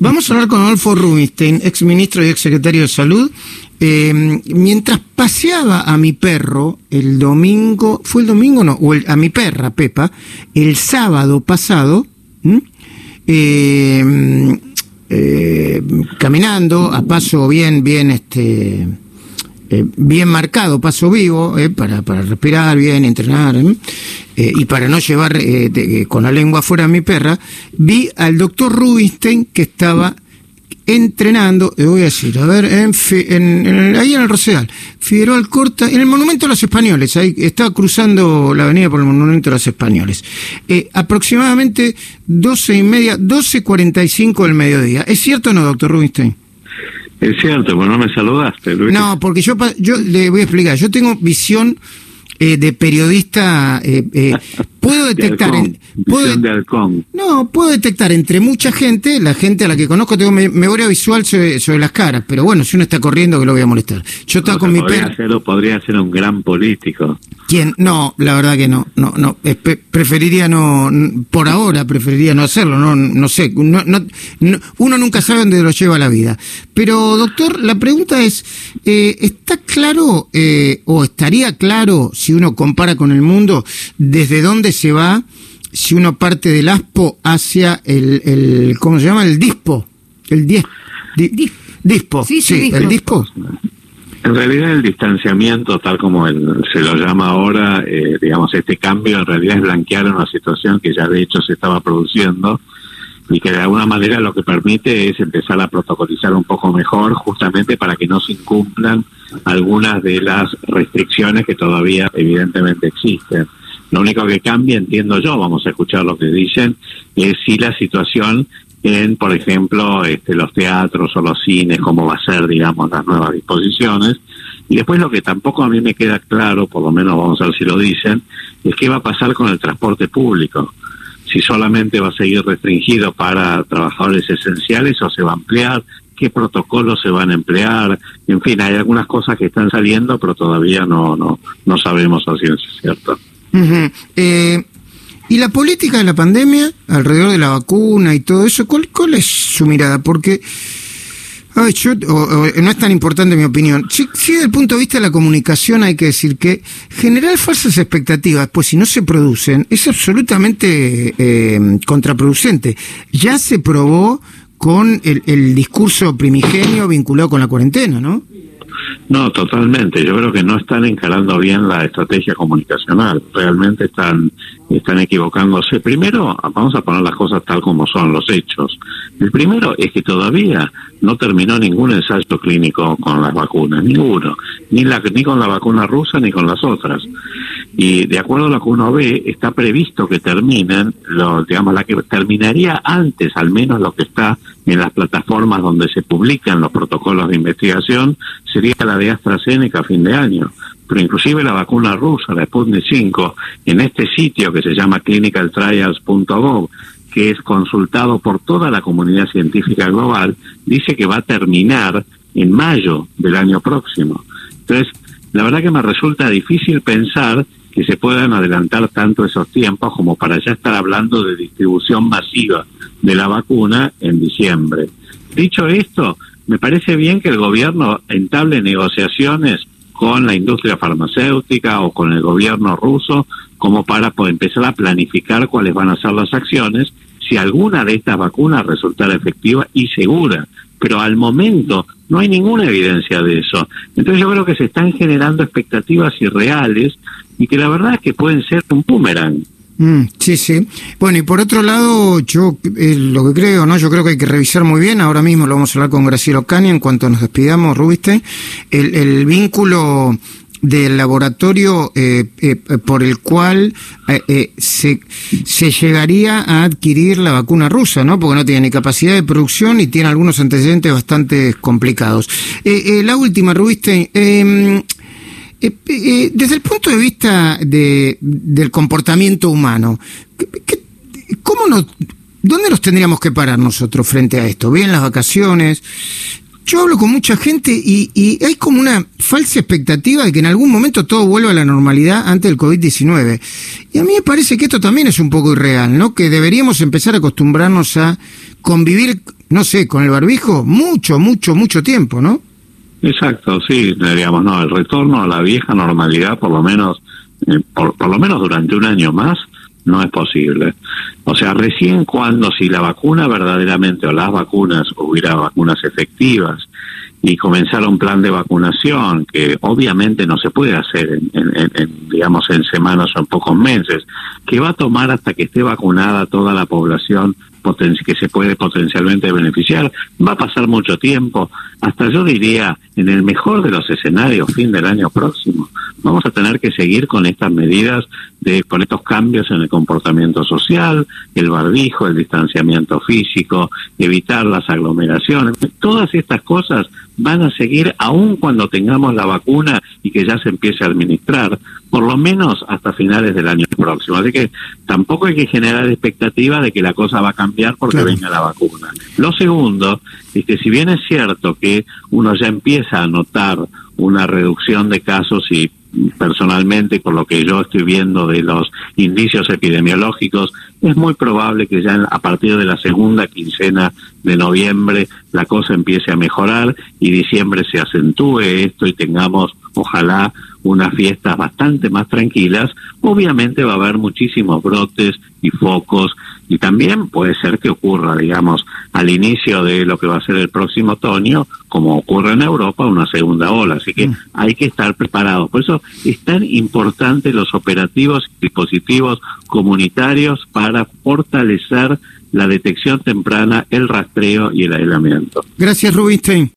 Vamos a hablar con Adolfo Rubinstein, ex ministro y ex secretario de Salud. Mientras paseaba a mi perro el domingo, ¿fue el domingo? No, a mi perra, Pepa, el sábado pasado, caminando a paso bien marcado, paso vivo, para respirar bien, entrenar, y para no llevar con la lengua afuera a mi perra, vi al doctor Rubinstein que estaba entrenando, voy a decir, a ver, ahí en el Rosedal, Figueroa Alcorta, en el Monumento a los Españoles, ahí estaba cruzando la avenida por el Monumento a los Españoles, aproximadamente 12:30, 12:45 del mediodía. ¿Es cierto o no, doctor Rubinstein? Es cierto, pues no me saludaste, Luis. No, porque yo le voy a explicar, yo tengo visión de periodista, puedo detectar de halcón. No, puedo detectar entre mucha gente, la gente a la que conozco, tengo memoria visual sobre las caras, pero bueno, si uno está corriendo, que lo voy a molestar. Yo estaba con mi perro. Podría ser un gran político. ¿Quién? No, la verdad que no. Preferiría no, por ahora preferiría no hacerlo, no sé, uno nunca sabe dónde lo lleva la vida. Pero, doctor, la pregunta es, ¿está claro, o estaría claro, si uno compara con el mundo, desde dónde se va, si uno parte del ASPO hacia el ¿cómo se llama? El DISPO. DISPO. Sí, el DISPO. En realidad el distanciamiento, tal como se lo llama ahora, digamos, este cambio en realidad es blanquear una situación que ya de hecho se estaba produciendo y que de alguna manera lo que permite es empezar a protocolizar un poco mejor, justamente para que no se incumplan algunas de las restricciones que todavía evidentemente existen. Lo único que cambia, entiendo yo, vamos a escuchar lo que dicen, es si la situación en, por ejemplo, los teatros o los cines, cómo va a ser, digamos, las nuevas disposiciones. Y después lo que tampoco a mí me queda claro, por lo menos vamos a ver si lo dicen, es qué va a pasar con el transporte público. Si solamente va a seguir restringido para trabajadores esenciales o se va a ampliar, qué protocolos se van a emplear, en fin, hay algunas cosas que están saliendo, pero todavía no sabemos a ciencia cierta. Uh-huh. ¿Y la política de la pandemia, alrededor de la vacuna y todo eso, cuál es su mirada? Porque no es tan importante mi opinión. Sí, desde el punto de vista de la comunicación hay que decir que generar falsas expectativas, pues si no se producen, es absolutamente contraproducente. Ya se probó con el discurso primigenio vinculado con la cuarentena, ¿no? No, totalmente. Yo creo que no están encarando bien la estrategia comunicacional. Realmente están equivocándose. Primero, vamos a poner las cosas tal como son, los hechos. El primero es que todavía no terminó ningún ensayo clínico con las vacunas, ninguno. Ni con la vacuna rusa ni con las otras. Y de acuerdo a lo que uno ve, está previsto que terminen, la que terminaría antes, al menos lo que está en las plataformas donde se publican los protocolos de investigación, sería la de AstraZeneca a fin de año. Pero inclusive la vacuna rusa, la Sputnik 5, en este sitio que se llama clinicaltrials.gov, que es consultado por toda la comunidad científica global, dice que va a terminar en mayo del año próximo. Entonces, la verdad que me resulta difícil pensar que se puedan adelantar tanto esos tiempos como para ya estar hablando de distribución masiva de la vacuna en diciembre. Dicho esto, me parece bien que el gobierno entable negociaciones con la industria farmacéutica o con el gobierno ruso como para poder empezar a planificar cuáles van a ser las acciones si alguna de estas vacunas resultara efectiva y segura. Pero al momento no hay ninguna evidencia de eso. Entonces yo creo que se están generando expectativas irreales y que la verdad es que pueden ser un boomerang. Sí. Bueno, y por otro lado, yo lo que creo, ¿no? Yo creo que hay que revisar muy bien, ahora mismo lo vamos a hablar con Graciela Ocaña en cuanto nos despidamos, Rubinstein, el vínculo del laboratorio por el cual se llegaría a adquirir la vacuna rusa, ¿no? Porque no tiene ni capacidad de producción y tiene algunos antecedentes bastante complicados. La última, Rubinstein, desde el punto de vista del comportamiento humano, ¿dónde nos tendríamos que parar nosotros frente a esto? Bien las vacaciones, Yo hablo con mucha gente y hay como una falsa expectativa de que en algún momento todo vuelva a la normalidad antes del COVID-19. Y a mí me parece que esto también es un poco irreal, ¿no? Que deberíamos empezar a acostumbrarnos a convivir, no sé, con el barbijo mucho tiempo, ¿no? Exacto, sí, digamos, no, el retorno a la vieja normalidad, por lo menos durante un año más, no es posible. O sea, recién cuando, si la vacuna verdaderamente, o las vacunas, hubiera vacunas efectivas, y comenzara un plan de vacunación, que obviamente no se puede hacer digamos, en semanas o en pocos meses, que va a tomar hasta que esté vacunada toda la población que se puede potencialmente beneficiar, va a pasar mucho tiempo, hasta yo diría, en el mejor de los escenarios, fin del año próximo, vamos a tener que seguir con estas medidas, con estos cambios en el comportamiento social, el barbijo, el distanciamiento físico, evitar las aglomeraciones, todas estas cosas van a seguir aun cuando tengamos la vacuna y que ya se empiece a administrar, por lo menos hasta finales del año próximo. Así que tampoco hay que generar expectativa de que la cosa va a cambiar porque venga la vacuna. Lo segundo es que si bien es cierto que uno ya empieza a notar una reducción de casos y personalmente, por lo que yo estoy viendo de los indicios epidemiológicos, es muy probable que ya a partir de la segunda quincena de noviembre la cosa empiece a mejorar y diciembre se acentúe esto y tengamos, ojalá, unas fiestas bastante más tranquilas. Obviamente va a haber muchísimos brotes y focos, y también puede ser que ocurra, digamos, al inicio de lo que va a ser el próximo otoño, como ocurre en Europa, una segunda ola. Así que hay que estar preparados. Por eso es tan importante los operativos y dispositivos comunitarios para fortalecer la detección temprana, el rastreo y el aislamiento. Gracias, Rubinstein.